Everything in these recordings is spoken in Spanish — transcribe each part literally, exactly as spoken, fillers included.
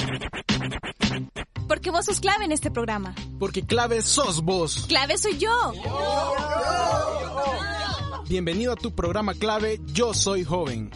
Porque vos sos clave en este programa. Porque clave sos vos. Clave soy yo. Bienvenido a tu programa clave Yo Soy Joven.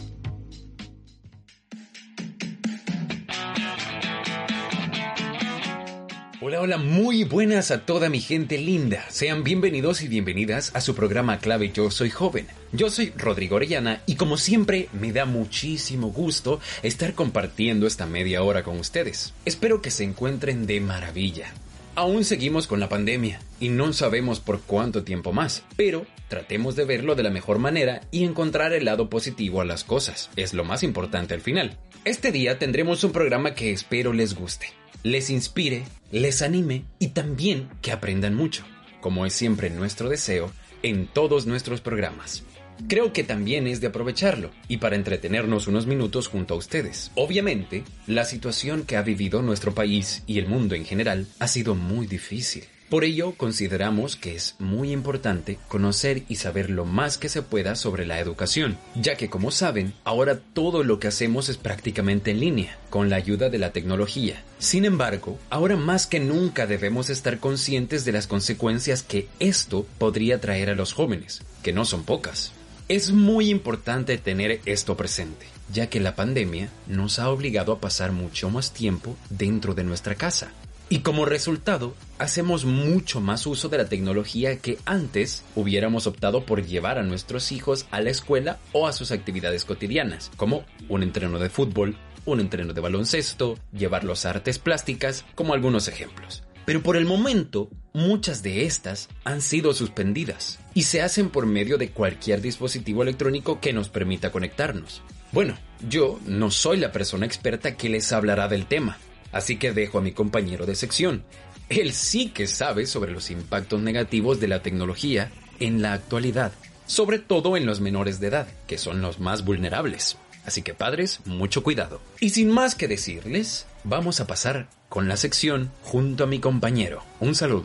Hola, hola, muy buenas a toda mi gente linda. Sean bienvenidos y bienvenidas a su programa clave Yo Soy Joven. Yo soy Rodrigo Orellana y como siempre me da muchísimo gusto estar compartiendo esta media hora con ustedes. Espero que se encuentren de maravilla. Aún seguimos con la pandemia y no sabemos por cuánto tiempo más, pero tratemos de verlo de la mejor manera y encontrar el lado positivo a las cosas. Es lo más importante al final. Este día tendremos un programa que espero les guste, les inspire, les anime y también que aprendan mucho, como es siempre nuestro deseo en todos nuestros programas. Creo que también es de aprovecharlo y para entretenernos unos minutos junto a ustedes. Obviamente, la situación que ha vivido nuestro país y el mundo en general ha sido muy difícil. Por ello, consideramos que es muy importante conocer y saber lo más que se pueda sobre la educación, ya que como saben, ahora todo lo que hacemos es prácticamente en línea, con la ayuda de la tecnología. Sin embargo, ahora más que nunca debemos estar conscientes de las consecuencias que esto podría traer a los jóvenes, que no son pocas. Es muy importante tener esto presente, ya que la pandemia nos ha obligado a pasar mucho más tiempo dentro de nuestra casa. Y como resultado, hacemos mucho más uso de la tecnología que antes hubiéramos optado por llevar a nuestros hijos a la escuela o a sus actividades cotidianas, como un entreno de fútbol, un entreno de baloncesto, llevarlos a artes plásticas, como algunos ejemplos. Pero por el momento, muchas de estas han sido suspendidas y se hacen por medio de cualquier dispositivo electrónico que nos permita conectarnos. Bueno, yo no soy la persona experta que les hablará del tema, así que dejo a mi compañero de sección. Él sí que sabe sobre los impactos negativos de la tecnología en la actualidad, sobre todo en los menores de edad, que son los más vulnerables. Así que padres, mucho cuidado. Y sin más que decirles, vamos a pasar con la sección junto a mi compañero. Un saludo.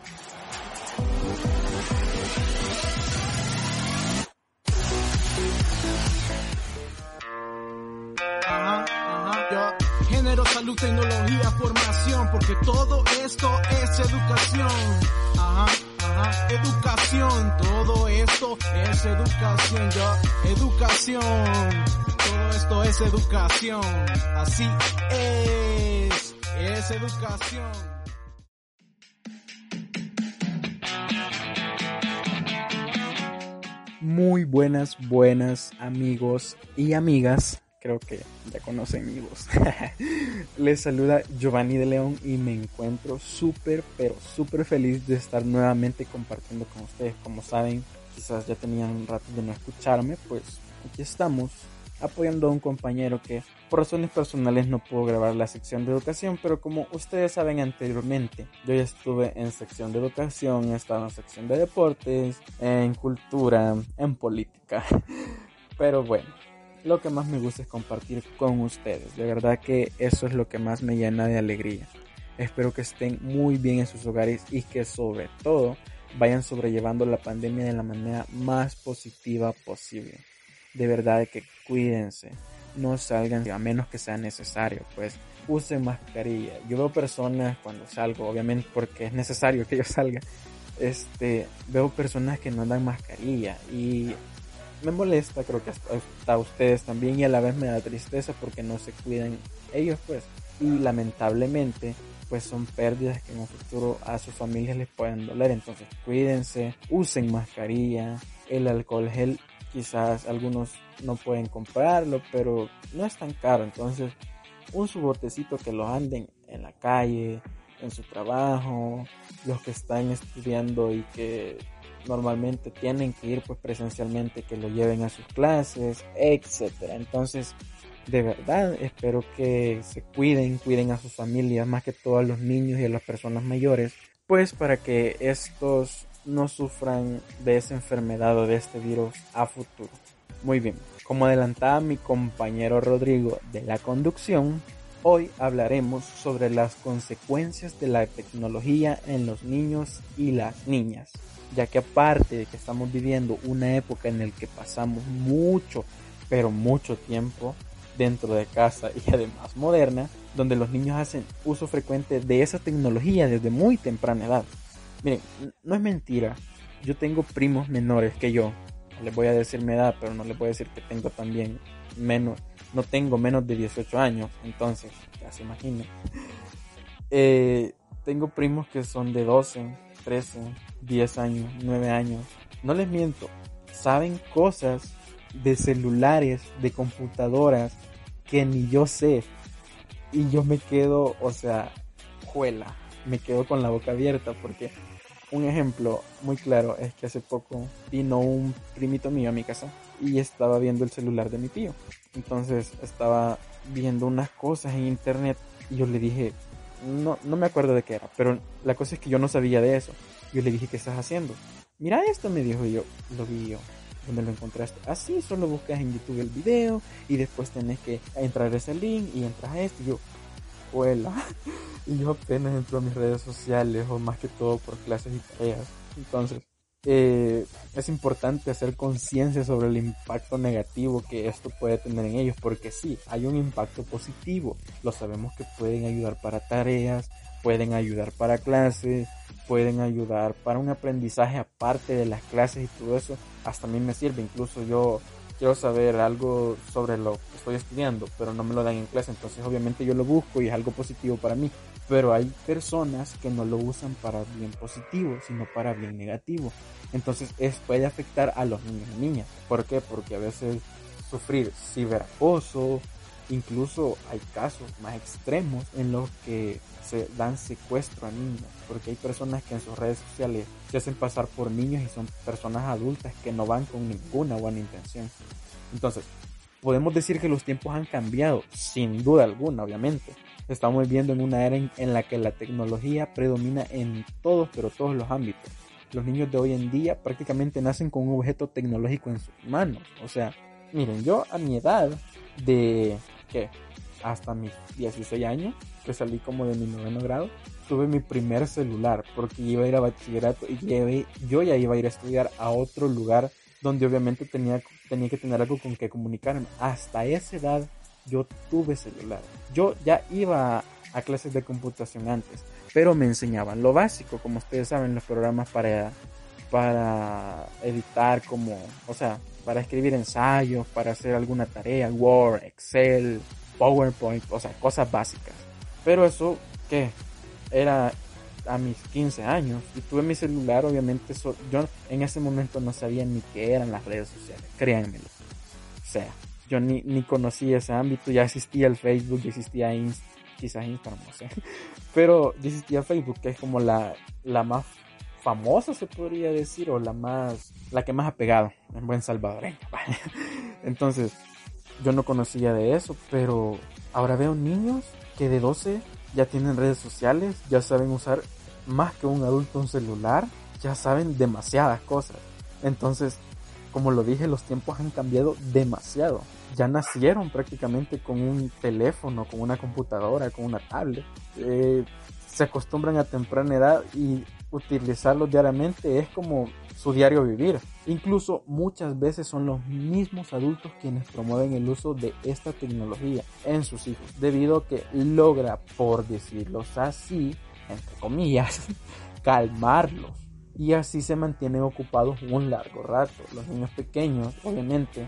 Ajá, ajá, yo. Género, salud, tecnología, formación, porque todo esto es educación. Ajá, ajá, educación, todo esto es educación, yo. Educación. Todo esto es educación, así es, es educación. Muy buenas, buenas amigos y amigas, creo que ya conocen mi voz. Les saluda Giovanni de León y me encuentro súper, pero súper feliz de estar nuevamente compartiendo con ustedes. Como saben, quizás ya tenían un rato de no escucharme, pues aquí estamos, apoyando a un compañero que por razones personales no pudo grabar la sección de educación, pero como ustedes saben anteriormente, yo ya estuve en sección de educación, he estado en sección de deportes, en cultura, en política, pero bueno, lo que más me gusta es compartir con ustedes, de verdad que eso es lo que más me llena de alegría. Espero que estén muy bien en sus hogares y que sobre todo vayan sobrellevando la pandemia de la manera más positiva posible. De verdad que cuídense, no salgan a menos que sea necesario, pues usen mascarilla. Yo veo personas cuando salgo, obviamente porque es necesario que yo salga, este, veo personas que no andan mascarilla y me molesta, creo que hasta a ustedes también, y a la vez me da tristeza porque no se cuidan ellos, pues, y lamentablemente pues son pérdidas que en un futuro a sus familias les pueden doler. Entonces cuídense, usen mascarilla, el alcohol gel quizás algunos no pueden comprarlo, pero no es tan caro, entonces un su botecito que lo anden en la calle, en su trabajo, los que están estudiando y que normalmente tienen que ir pues presencialmente, que lo lleven a sus clases, etcétera. Entonces, de verdad, espero que se cuiden, cuiden a sus familias, más que todo a los niños y a las personas mayores, pues para que estos no sufran de esa enfermedad o de este virus a futuro. Muy bien, como adelantaba mi compañero Rodrigo de la conducción, hoy hablaremos sobre las consecuencias de la tecnología en los niños y las niñas, ya que aparte de que estamos viviendo una época en la que pasamos mucho, pero mucho tiempo dentro de casa y además moderna, donde los niños hacen uso frecuente de esa tecnología desde muy temprana edad. Miren, no es mentira, yo tengo primos menores que yo, no les voy a decir mi edad, pero no les voy a decir que tengo también menos, no tengo menos de dieciocho años, entonces, ya se imaginen. Eh, tengo primos que son de doce, trece, diez años, nueve años, no les miento, saben cosas de celulares, de computadoras, que ni yo sé, y yo me quedo, o sea, juela, me quedo con la boca abierta, porque un ejemplo muy claro es que hace poco vino un primito mío a mi casa y estaba viendo el celular de mi tío. Entonces estaba viendo unas cosas en internet y yo le dije, no, no me acuerdo de qué era, pero la cosa es que yo no sabía de eso. Yo le dije, ¿qué estás haciendo? Mira esto, me dijo, y yo lo vi yo. ¿Dónde lo encontraste? Así, solo buscas en YouTube el video y después tenés que entrar a ese link y entras a esto. Y yo, huela. Y yo apenas entro a mis redes sociales, o más que todo por clases y tareas. Entonces, eh, es importante hacer conciencia sobre el impacto negativo que esto puede tener en ellos, porque sí, hay un impacto positivo. Lo sabemos que pueden ayudar para tareas, pueden ayudar para clases, pueden ayudar para un aprendizaje aparte de las clases y todo eso. Hasta a mí me sirve, incluso yo quiero saber algo sobre lo que estoy estudiando, pero no me lo dan en clase, entonces obviamente yo lo busco y es algo positivo para mí. Pero hay personas que no lo usan para bien positivo, sino para bien negativo. Entonces eso puede afectar a los niños y niñas. ¿Por qué? Porque a veces sufrir ciberacoso, incluso hay casos más extremos en los que se dan secuestro a niños, porque hay personas que en sus redes sociales se hacen pasar por niños y son personas adultas que no van con ninguna buena intención. Entonces, podemos decir que los tiempos han cambiado, sin duda alguna, obviamente. Estamos viviendo en una era en, en la que la tecnología predomina en todos, pero todos los ámbitos. Los niños de hoy en día prácticamente nacen con un objeto tecnológico en sus manos. O sea, miren, yo a mi edad de, ¿qué? Hasta mis dieciséis años, que salí como de mi noveno grado, tuve mi primer celular porque iba a ir a bachillerato y llevé, yo ya iba a ir a estudiar a otro lugar donde obviamente tenía, tenía que tener algo con que comunicarme. Hasta esa edad yo tuve celular. Yo ya iba a clases de computación antes, pero me enseñaban lo básico, como ustedes saben, los programas para, para editar, como, o sea, para escribir ensayos, para hacer alguna tarea, Word, Excel, PowerPoint, o sea, cosas básicas. Pero eso, ¿qué? Era a mis quince años y tuve mi celular, obviamente. So, yo en ese momento no sabía ni qué eran las redes sociales, créanmelo. O sea, yo ni, ni conocía ese ámbito. Ya existía el Facebook, ya existía Inst- quizás Instagram, no sé. Pero ya existía Facebook, que es como la, la más famosa, se podría decir, o la más, la que más ha pegado en buen salvadoreño. Entonces, yo no conocía de eso, pero ahora veo niños que de doce ya tienen redes sociales, ya saben usar más que un adulto un celular, ya saben demasiadas cosas. Entonces, como lo dije, los tiempos han cambiado demasiado. Ya nacieron prácticamente con un teléfono, con una computadora, con una tablet. Eh, se acostumbran a temprana edad y utilizarlo diariamente es como su diario vivir. Incluso muchas veces son los mismos adultos quienes promueven el uso de esta tecnología en sus hijos, debido a que logra, por decirlo así, entre comillas, calmarlos. Y así se mantienen ocupados un largo rato. Los niños pequeños, obviamente,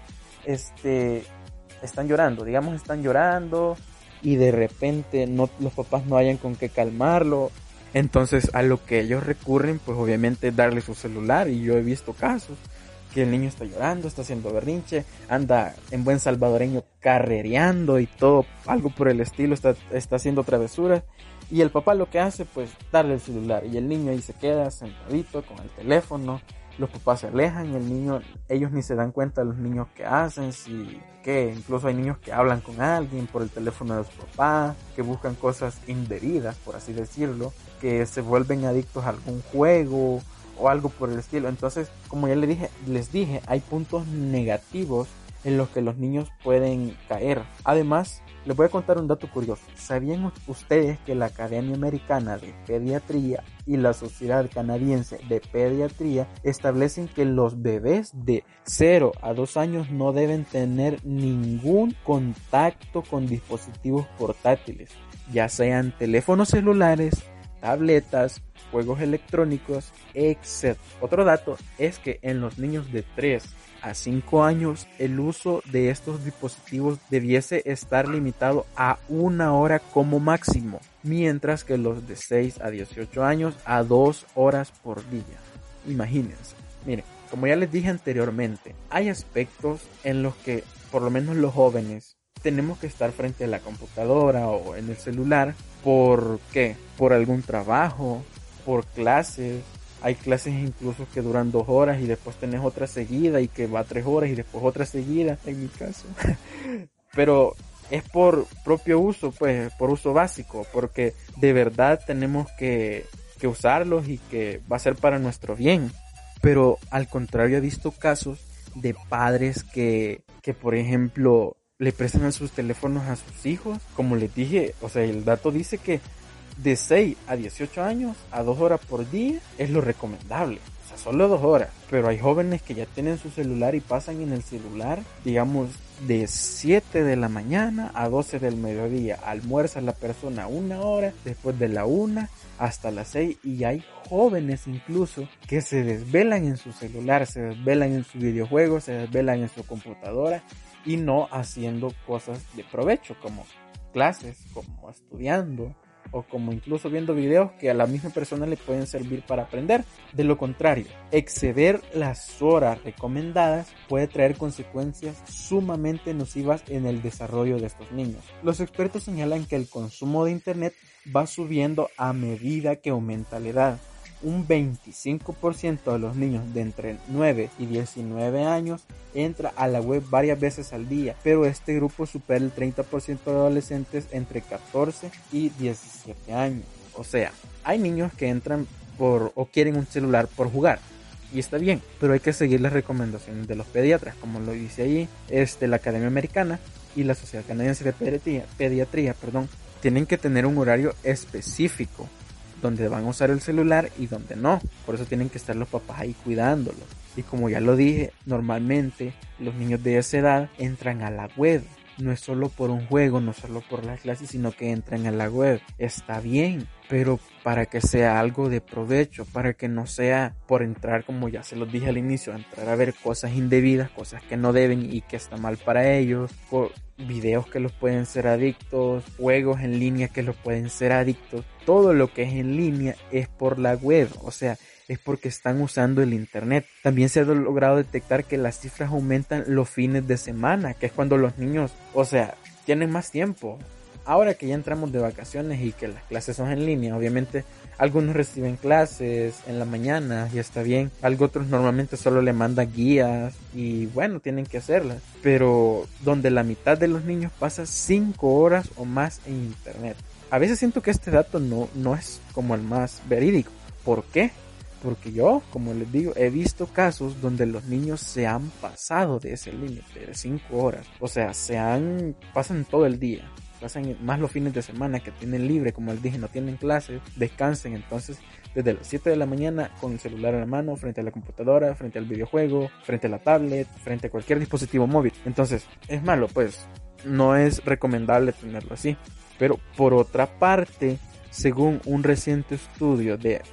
este, están llorando, digamos están llorando y de repente no, los papás no hayan con qué calmarlo. Entonces a lo que ellos recurren, pues obviamente es darle su celular. Y yo he visto casos que el niño está llorando, está haciendo berrinche, anda en buen salvadoreño carrereando y todo, algo por el estilo, está, está haciendo travesuras. Y el papá lo que hace, pues darle el celular. Y el niño ahí se queda sentadito con el teléfono. Los papás se alejan y el niño, ellos ni se dan cuenta de los niños que hacen, si que incluso hay niños que hablan con alguien por el teléfono de su papá, que buscan cosas indebidas, por así decirlo, que se vuelven adictos a algún juego o algo por el estilo. Entonces, como ya les dije, les dije, hay puntos negativos en los que los niños pueden caer. Además, Les voy a contar un dato curioso. ¿Sabían ustedes que la Academia Americana de Pediatría y la Sociedad Canadiense de Pediatría establecen que los bebés de cero a dos años no deben tener ningún contacto con dispositivos portátiles, ya sean teléfonos celulares, tabletas, juegos electrónicos, etcétera? Otro dato es que en los niños de tres a cinco años el uso de estos dispositivos debiese estar limitado a una hora como máximo, mientras que los de seis a dieciocho años a dos horas por día. Imagínense. Miren, como ya les dije anteriormente, hay aspectos en los que por lo menos los jóvenes tenemos que estar frente a la computadora o en el celular. ¿Por qué? Por algún trabajo, por clases. Hay clases incluso que duran dos horas y después tenés otra seguida y que va tres horas y después otra seguida, en mi caso. Pero es por propio uso, pues, por uso básico, porque de verdad tenemos que, que usarlos y que va a ser para nuestro bien. Pero al contrario, he visto casos de padres que, que por ejemplo, le prestan sus teléfonos a sus hijos. Como les dije, o sea, el dato dice que de seis a dieciocho años a dos horas por día es lo recomendable. O sea, solo dos horas. Pero hay jóvenes que ya tienen su celular y pasan en el celular, digamos, de siete de la mañana a doce del mediodía. Almuerza la persona una hora, después de la una hasta las seis. Y hay jóvenes incluso que se desvelan en su celular, se desvelan en su videojuego, se desvelan en su computadora y no haciendo cosas de provecho, como clases, como estudiando, o como incluso viendo videos que a la misma persona le pueden servir para aprender. De lo contrario, exceder las horas recomendadas puede traer consecuencias sumamente nocivas en el desarrollo de estos niños. Los expertos señalan que el consumo de internet va subiendo a medida que aumenta la edad. Un veinticinco por ciento de los niños de entre nueve y diecinueve años entra a la web varias veces al día, pero este grupo supera el treinta por ciento de adolescentes entre catorce y diecisiete años. O sea, hay niños que entran por o quieren un celular por jugar. Y está bien, pero hay que seguir las recomendaciones de los pediatras, como lo dice ahí este, la Academia Americana y la Sociedad Canadiense de Pediatría, Pediatría perdón, tienen que tener un horario específico donde van a usar el celular y donde no. Por eso tienen que estar los papás ahí cuidándolo. Y como ya lo dije, normalmente los niños de esa edad entran a la web. No es solo por un juego, no solo por las clases, sino que entran a la web. Está bien, pero para que sea algo de provecho, para que no sea por entrar, como ya se los dije al inicio, entrar a ver cosas indebidas, cosas que no deben y que está mal para ellos, por videos que los pueden ser adictos, juegos en línea que los pueden ser adictos. Todo lo que es en línea es por la web, o sea, es porque están usando el internet. También se ha logrado detectar que las cifras aumentan los fines de semana, que es cuando los niños, o sea, tienen más tiempo. Ahora que ya entramos de vacaciones y que las clases son en línea, obviamente algunos reciben clases en la mañana y está bien. Algo otros normalmente solo le mandan guías y bueno, tienen que hacerlas. Pero donde la mitad de los niños pasa cinco horas o más en internet. A veces siento que este dato no, no es como el más verídico. ¿Por qué? Porque yo, como les digo, he visto casos donde los niños se han pasado de ese límite de cinco horas. O sea, se han pasan todo el día. Pasan más los fines de semana que tienen libre, como les dije, no tienen clases, descansen. Entonces, desde las siete de la mañana con el celular en la mano, frente a la computadora, frente al videojuego, frente a la tablet, frente a cualquier dispositivo móvil. Entonces, es malo, pues, no es recomendable tenerlo así. Pero, por otra parte, según un reciente estudio de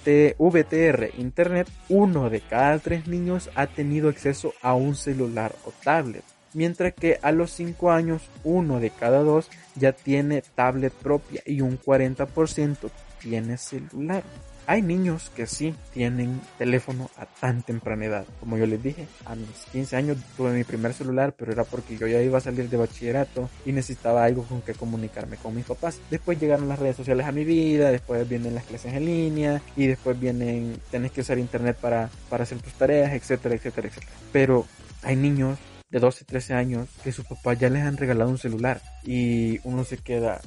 V T R Internet, uno de cada tres niños ha tenido acceso a un celular o tablet. Mientras que a los cinco años, uno de cada dos ya tiene tablet propia y un cuarenta por ciento tiene celular. Hay niños que sí tienen teléfono a tan temprana edad. Como yo les dije, a mis quince años tuve mi primer celular, pero era porque yo ya iba a salir de bachillerato y necesitaba algo con que comunicarme con mis papás. Después llegaron las redes sociales a mi vida, después vienen las clases en línea y después vienen, tenés que usar internet para, para hacer tus tareas, etcétera, etcétera, etcétera. Pero hay niños de doce, trece años que sus papás ya les han regalado un celular y uno se queda,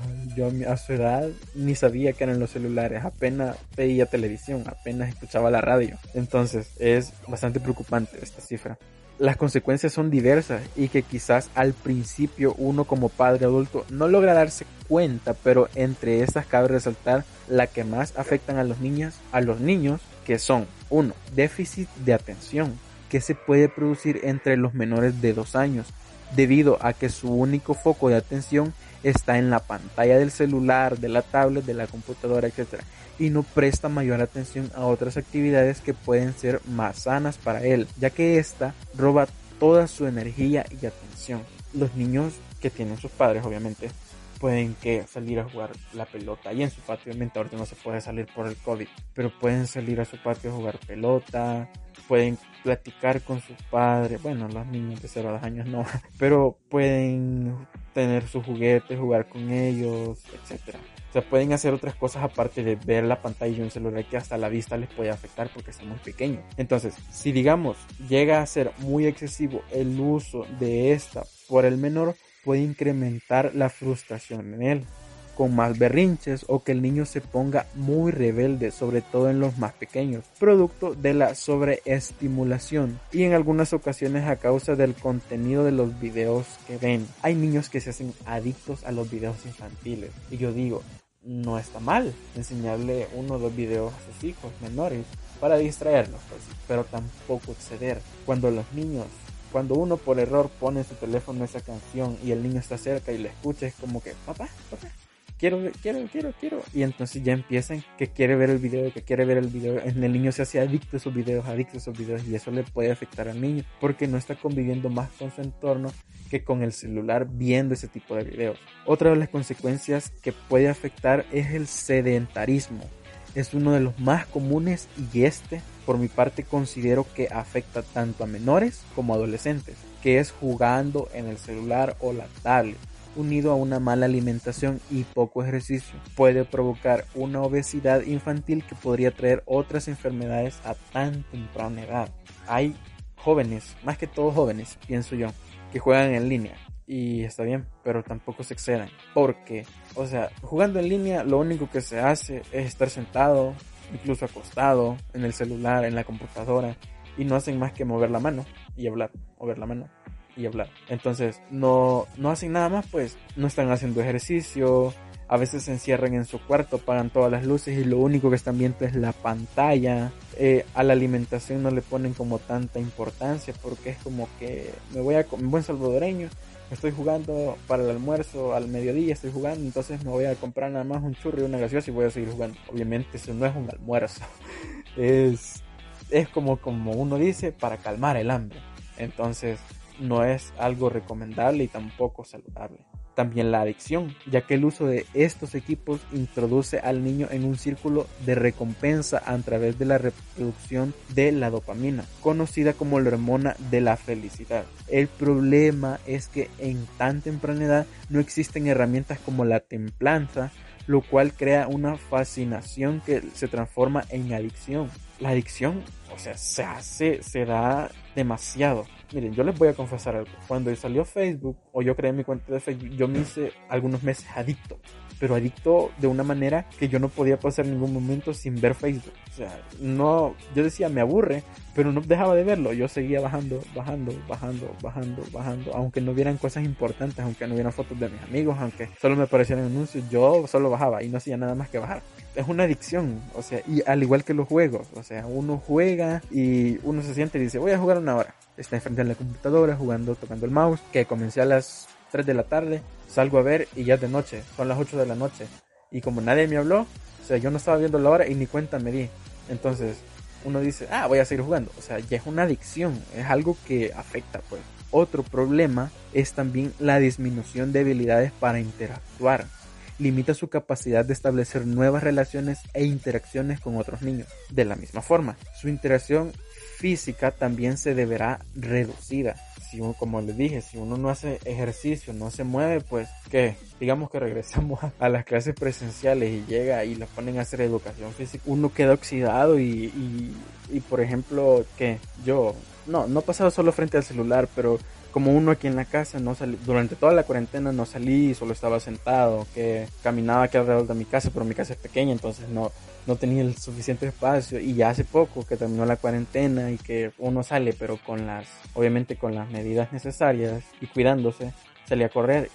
yo a su edad ni sabía que eran los celulares, apenas veía televisión, apenas escuchaba la radio. Entonces es bastante preocupante esta cifra. las consecuencias son diversas y que quizás al principio uno como padre adulto no logra darse cuenta, pero entre estas cabe resaltar la que más afectan a los niños, a los niños, que son uno, déficit de atención, que se puede producir entre los menores de dos años, debido a que su único foco de atención está en la pantalla del celular, de la tablet, de la computadora, etcétera, y no presta mayor atención a otras actividades que pueden ser más sanas para él, ya que esta roba toda su energía y atención. Los niños que tienen sus padres, obviamente, pueden que salir a jugar la pelota y en su patio. Obviamente ahorita no se puede salir por el COVID, pero pueden salir a su patio a jugar pelota, pueden platicar con sus padres, bueno, los niños de cero a dos años no, pero pueden tener sus juguetes, jugar con ellos, etcétera. O sea, pueden hacer otras cosas aparte de ver la pantalla y un celular que hasta la vista les puede afectar porque son muy pequeños. Entonces, si digamos llega a ser muy excesivo el uso de esta por el menor, puede incrementar la frustración en él, con más berrinches o que el niño se ponga muy rebelde, sobre todo en los más pequeños, producto de la sobreestimulación y en algunas ocasiones a causa del contenido de los videos que ven. Hay niños que se hacen adictos a los videos infantiles y yo digo, no está mal enseñarle uno o dos videos a sus hijos menores para distraerlos, pues, pero tampoco exceder. Cuando los niños Cuando uno por error pone en su teléfono esa canción y el niño está cerca y la escucha, es como que, papá, papá, quiero, quiero, quiero, quiero. Y entonces ya empiezan que quiere ver el video, que quiere ver el video. El niño se hace adicto a esos videos, adicto a esos videos. Y eso le puede afectar al niño porque no está conviviendo más con su entorno que con el celular viendo ese tipo de videos. Otra de las consecuencias que puede afectar es el sedentarismo. Es uno de los más comunes y este, por mi parte, considero que afecta tanto a menores como a adolescentes, que es jugando en el celular o la tablet, unido a una mala alimentación y poco ejercicio. Puede provocar una obesidad infantil que podría traer otras enfermedades a tan temprana edad. Hay jóvenes, más que todo jóvenes, pienso yo, que juegan en línea. Y está bien, pero tampoco se excedan. Porque, o sea, jugando en línea lo único que se hace es estar sentado, incluso acostado, en el celular, en la computadora. Y no hacen más que mover la mano y hablar, mover la mano y hablar. Entonces, no, no hacen nada más, pues no están haciendo ejercicio. A veces se encierran en su cuarto, apagan todas las luces y lo único que están viendo es la pantalla. Eh, a la alimentación no le ponen como tanta importancia porque es como que me voy a comer un buen salvadoreño. Estoy jugando para el almuerzo al mediodía, estoy jugando, entonces me voy a comprar nada más un churro y una gaseosa y voy a seguir jugando. Obviamente eso no es un almuerzo, es, es como, como uno dice, para calmar el hambre. Entonces no es algo recomendable y tampoco saludable. También la adicción, ya que el uso de estos equipos introduce al niño en un círculo de recompensa a través de la reproducción de la dopamina, conocida como la hormona de la felicidad. El problema es que en tan temprana edad no existen herramientas como la templanza, lo cual crea una fascinación que se transforma en adicción. La adicción, o sea, se hace, se da demasiado. Miren, yo les voy a confesar algo. Cuando salió Facebook, o yo creé mi cuenta de Facebook, yo me hice algunos meses adicto. Pero adicto de una manera que yo no podía pasar ningún momento sin ver Facebook. O sea, no, yo decía, me aburre, pero no dejaba de verlo. Yo seguía bajando, bajando, bajando, bajando, bajando. Aunque no hubieran cosas importantes, aunque no hubieran fotos de mis amigos, aunque solo me aparecieran anuncios, yo solo bajaba y no hacía nada más que bajar. Es una adicción, o sea, y al igual que los juegos, o sea, uno juega y uno se siente y dice, voy a jugar una hora. Está enfrente de la computadora jugando, tocando el mouse, que comencé a las tres de la tarde, salgo a ver y ya es de noche, son las ocho de la noche. Y como nadie me habló, o sea, yo no estaba viendo la hora y ni cuenta me di. Entonces, uno dice, ah, voy a seguir jugando. O sea, ya es una adicción, es algo que afecta, pues. Otro problema es también la disminución de habilidades para interactuar. Limita su capacidad de establecer nuevas relaciones e interacciones con otros niños. De la misma forma, su interacción física también se deberá reducida. Si uno, como les dije, si uno no hace ejercicio, no se mueve, pues, ¿qué? Digamos que regresamos a, a las clases presenciales y llega y los ponen a hacer educación física. Uno queda oxidado y, y, y por ejemplo, que yo, no, no he pasado solo frente al celular, pero como uno aquí en la casa, no salí, durante toda la cuarentena no salí, solo estaba sentado, que caminaba aquí alrededor de mi casa, pero mi casa es pequeña, entonces no, no tenía el suficiente espacio. Y ya hace poco que terminó la cuarentena y que uno sale, pero con las, obviamente con las medidas necesarias y cuidándose, salí a correr,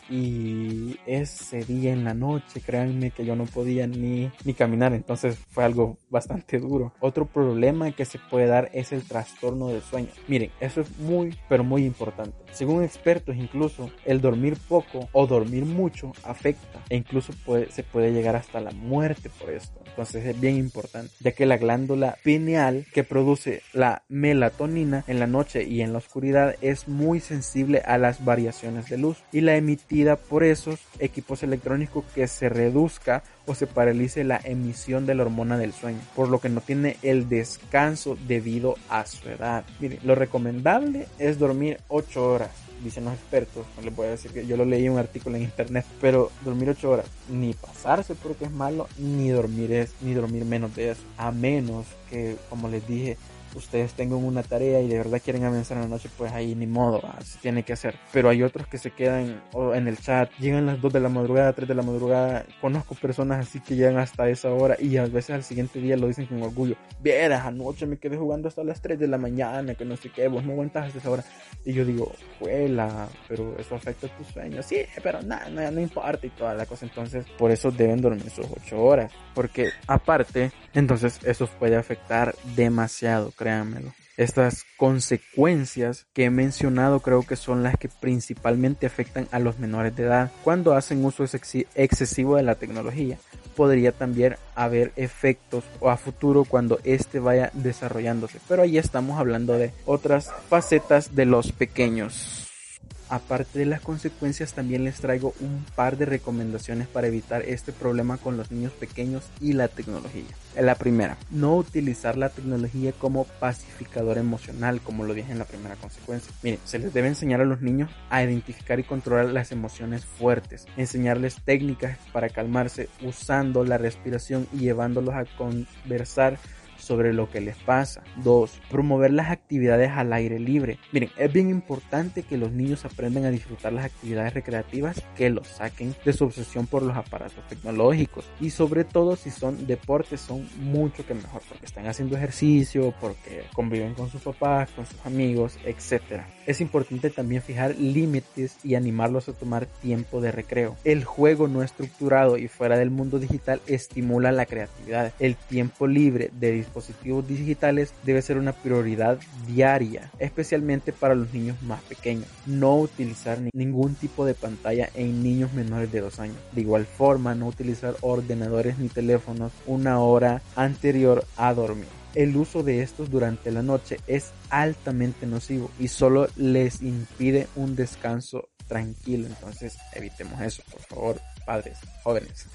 y ese día en la noche, créanme que yo no podía ni, ni caminar, entonces fue algo bastante duro. Otro problema que se puede dar es el trastorno del sueño. Miren, eso es muy, pero muy importante. Según expertos, incluso el dormir poco o dormir mucho afecta, e incluso puede, se puede llegar hasta la muerte por esto. Entonces es bien importante, ya que la glándula pineal que produce la melatonina en la noche y en la oscuridad es muy sensible a las variaciones de luz, y la emitida por esos equipos electrónicos que se reduzca o se paralice la emisión de la hormona del sueño, por lo que no tiene el descanso debido a su edad. Miren, lo recomendable es dormir ocho horas, dicen los expertos. No les voy a decir que yo lo leí en un artículo en internet, pero dormir ocho horas, ni pasarse porque es malo, ni dormir es, ni dormir menos de eso, a menos que, como les dije, ustedes tengan una tarea y de verdad quieren avanzar en la noche, pues ahí ni modo, así tiene que hacer. Pero hay otros que se quedan en el chat, llegan las dos de la madrugada, tres de la madrugada. Conozco personas así que llegan hasta esa hora y a veces al siguiente día lo dicen con orgullo: vieras, anoche me quedé jugando hasta las tres de la mañana, que no sé qué, vos no aguantas hasta esa hora. Y yo digo, juela, pero eso afecta tus sueños. Sí, pero nada, no, no importa y toda la cosa. Entonces, por eso deben dormir sus ocho horas, porque aparte, entonces eso puede afectar demasiado, créanmelo. Estas consecuencias que he mencionado creo que son las que principalmente afectan a los menores de edad cuando hacen uso excesivo de la tecnología. Podría también haber efectos o a futuro cuando este vaya desarrollándose, pero ahí estamos hablando de otras facetas de los pequeños. Aparte de las consecuencias, también les traigo un par de recomendaciones para evitar este problema con los niños pequeños y la tecnología. La primera, no utilizar la tecnología como pacificador emocional, como lo dije en la primera consecuencia. Miren, se les debe enseñar a los niños a identificar y controlar las emociones fuertes, enseñarles técnicas para calmarse usando la respiración y llevándolos a conversar sobre lo que les pasa. Dos, promover las actividades al aire libre. Miren, es bien importante que los niños aprendan a disfrutar las actividades recreativas, que los saquen de su obsesión por los aparatos tecnológicos, y sobre todo si son deportes, son mucho que mejor, porque están haciendo ejercicio, porque conviven con sus papás, con sus amigos, etcétera. Es importante también fijar límites y animarlos a tomar tiempo de recreo. El juego no estructurado y fuera del mundo digital estimula la creatividad. El tiempo libre de dispositivos digitales debe ser una prioridad diaria, especialmente para los niños más pequeños. No utilizar ni ningún tipo de pantalla en niños menores de dos años. De igual forma, no utilizar ordenadores ni teléfonos una hora anterior a dormir. El uso de estos durante la noche es altamente nocivo y solo les impide un descanso tranquilo. Entonces evitemos eso, por favor, padres, jóvenes.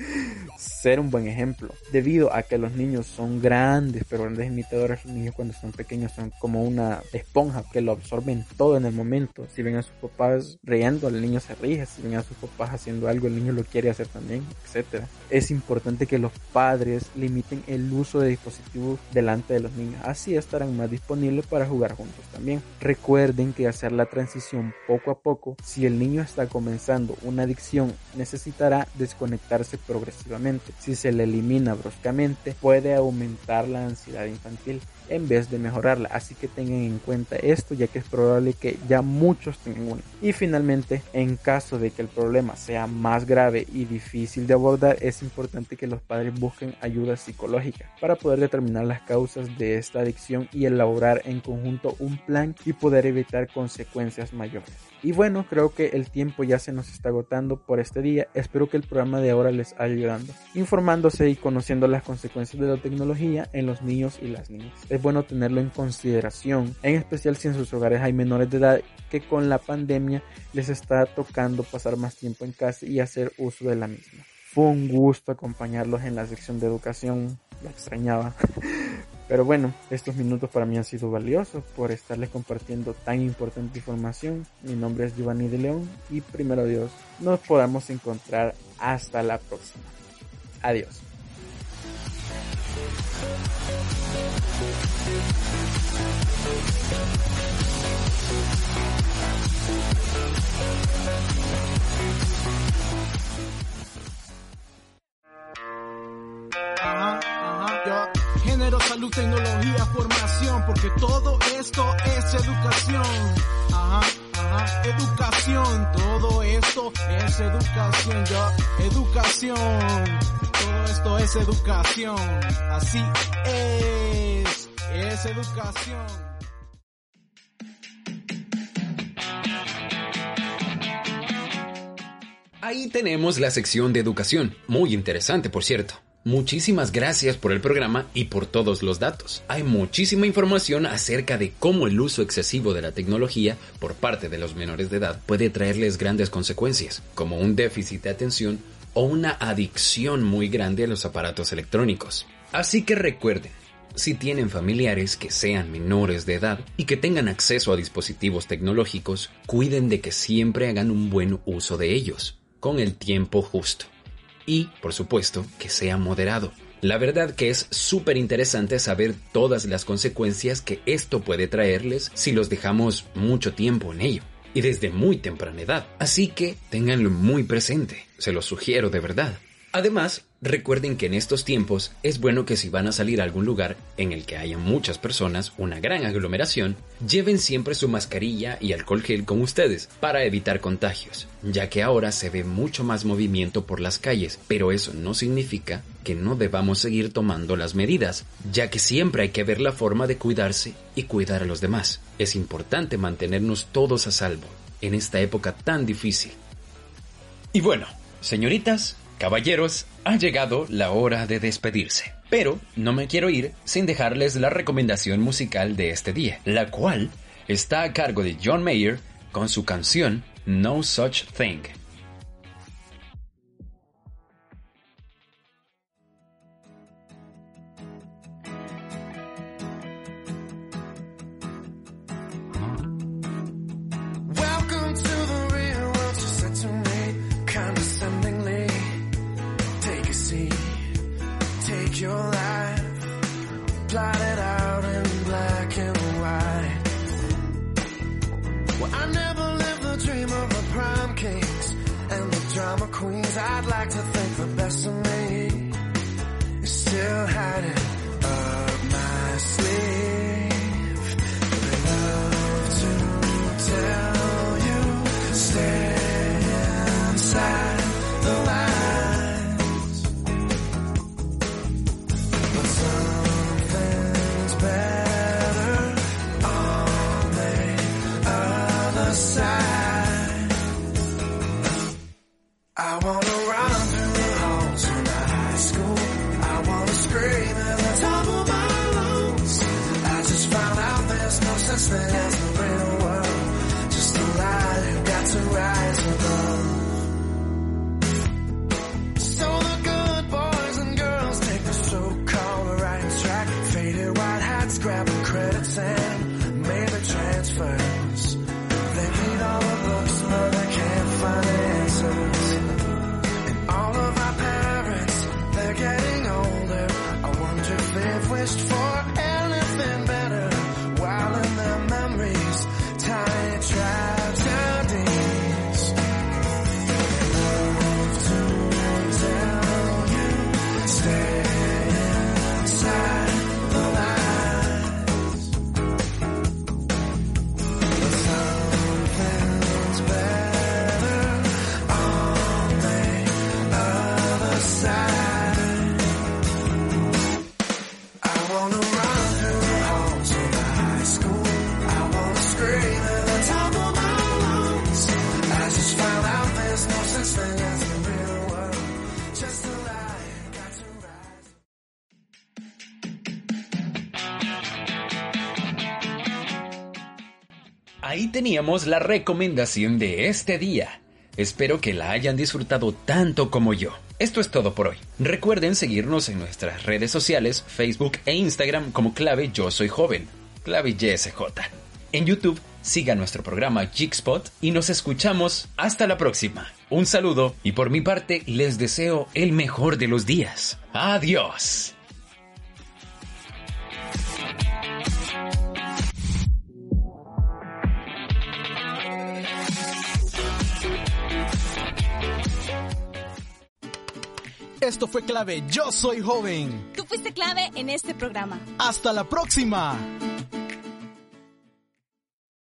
Ser un buen ejemplo, debido a que los niños son grandes, pero grandes imitadores. Los niños cuando son pequeños son como una esponja que lo absorben todo en el momento. Si ven a sus papás riendo, el niño se ríe. Si ven a sus papás haciendo algo, el niño lo quiere hacer también, etcétera. Es importante que los padres limiten el uso de dispositivos delante de los niños, así estarán más disponibles para jugar juntos también. Recuerden que hacer la transición poco a poco. Si el niño está comenzando una adicción, necesitará desconectarse progresivamente. Si se le elimina bruscamente, puede aumentar la ansiedad infantil en vez de mejorarla, así que tengan en cuenta esto, ya que es probable que ya muchos tengan una. Y finalmente, en caso de que el problema sea más grave y difícil de abordar, es importante que los padres busquen ayuda psicológica para poder determinar las causas de esta adicción y elaborar en conjunto un plan y poder evitar consecuencias mayores. Y bueno, creo que el tiempo ya se nos está agotando por este día. Espero que el programa de ahora les haya ayudando, informándose y conociendo las consecuencias de la tecnología en los niños y las niñas. Es bueno tenerlo en consideración, en especial si en sus hogares hay menores de edad que con la pandemia les está tocando pasar más tiempo en casa y hacer uso de la misma. Fue un gusto acompañarlos en la sección de educación, la extrañaba. Pero bueno, estos minutos para mí han sido valiosos por estarles compartiendo tan importante información. Mi nombre es Giovanni de León y primero Dios, nos podamos encontrar hasta la próxima. Adiós. Ajá, ajá, yo. Género, salud, tecnología, formación, porque todo esto es educación. Ajá, ajá, educación, todo esto es educación, yo. Educación, todo esto es educación. Así es, es educación. Ahí tenemos la sección de educación, muy interesante por cierto. Muchísimas gracias por el programa y por todos los datos. Hay muchísima información acerca de cómo el uso excesivo de la tecnología por parte de los menores de edad puede traerles grandes consecuencias, como un déficit de atención o una adicción muy grande a los aparatos electrónicos. Así que recuerden, si tienen familiares que sean menores de edad y que tengan acceso a dispositivos tecnológicos, cuiden de que siempre hagan un buen uso de ellos, con el tiempo justo. Y, por supuesto, que sea moderado. La verdad que es súper interesante saber todas las consecuencias que esto puede traerles si los dejamos mucho tiempo en ello, y desde muy temprana edad. Así que ténganlo muy presente, se lo sugiero de verdad. Además, recuerden que en estos tiempos es bueno que si van a salir a algún lugar en el que haya muchas personas, una gran aglomeración, lleven siempre su mascarilla y alcohol gel con ustedes para evitar contagios, ya que ahora se ve mucho más movimiento por las calles, pero eso no significa que no debamos seguir tomando las medidas, ya que siempre hay que ver la forma de cuidarse y cuidar a los demás. Es importante mantenernos todos a salvo en esta época tan difícil. Y bueno, señoritas, caballeros, ha llegado la hora de despedirse. Pero no me quiero ir sin dejarles la recomendación musical de este día, la cual está a cargo de John Mayer con su canción No Such Thing. Your life plotted out in black and white. Well, I never lived the dream of the prom kings and the drama queens. I'd like to think the best of me is still hiding up my sleeve. They love to tell you stay inside the line. I wanna run through the halls in high school. I wanna scream at the top of my lungs. I just found out there's no such thing as the real world. Just a lie you got to rise above. So the good boys and girls take the so-called right track. Faded white hats, grabbing credits and maybe transfers. They read all the books but they can't find the answers. All of our parents, they're getting older. I wonder if they've wished for anything better, while in their memories, tiny tragedies. Love to tell you, stay inside the lines. But something's better on the other side. I wanna run through the halls of the high school. I wanna scream at the top of my lungs. I just found out there's no such thing as the real world. Just a lie, got to rise. Ahí teníamos la recomendación de este día. Espero que la hayan disfrutado tanto como yo. Esto es todo por hoy. Recuerden seguirnos en nuestras redes sociales, Facebook e Instagram como clave Yo Soy Joven, clave Y S J. En YouTube, siga nuestro programa Geekspot y nos escuchamos hasta la próxima. Un saludo y por mi parte les deseo el mejor de los días. ¡Adiós! Esto fue Clave, yo soy joven. Tú fuiste clave en este programa. Hasta la próxima.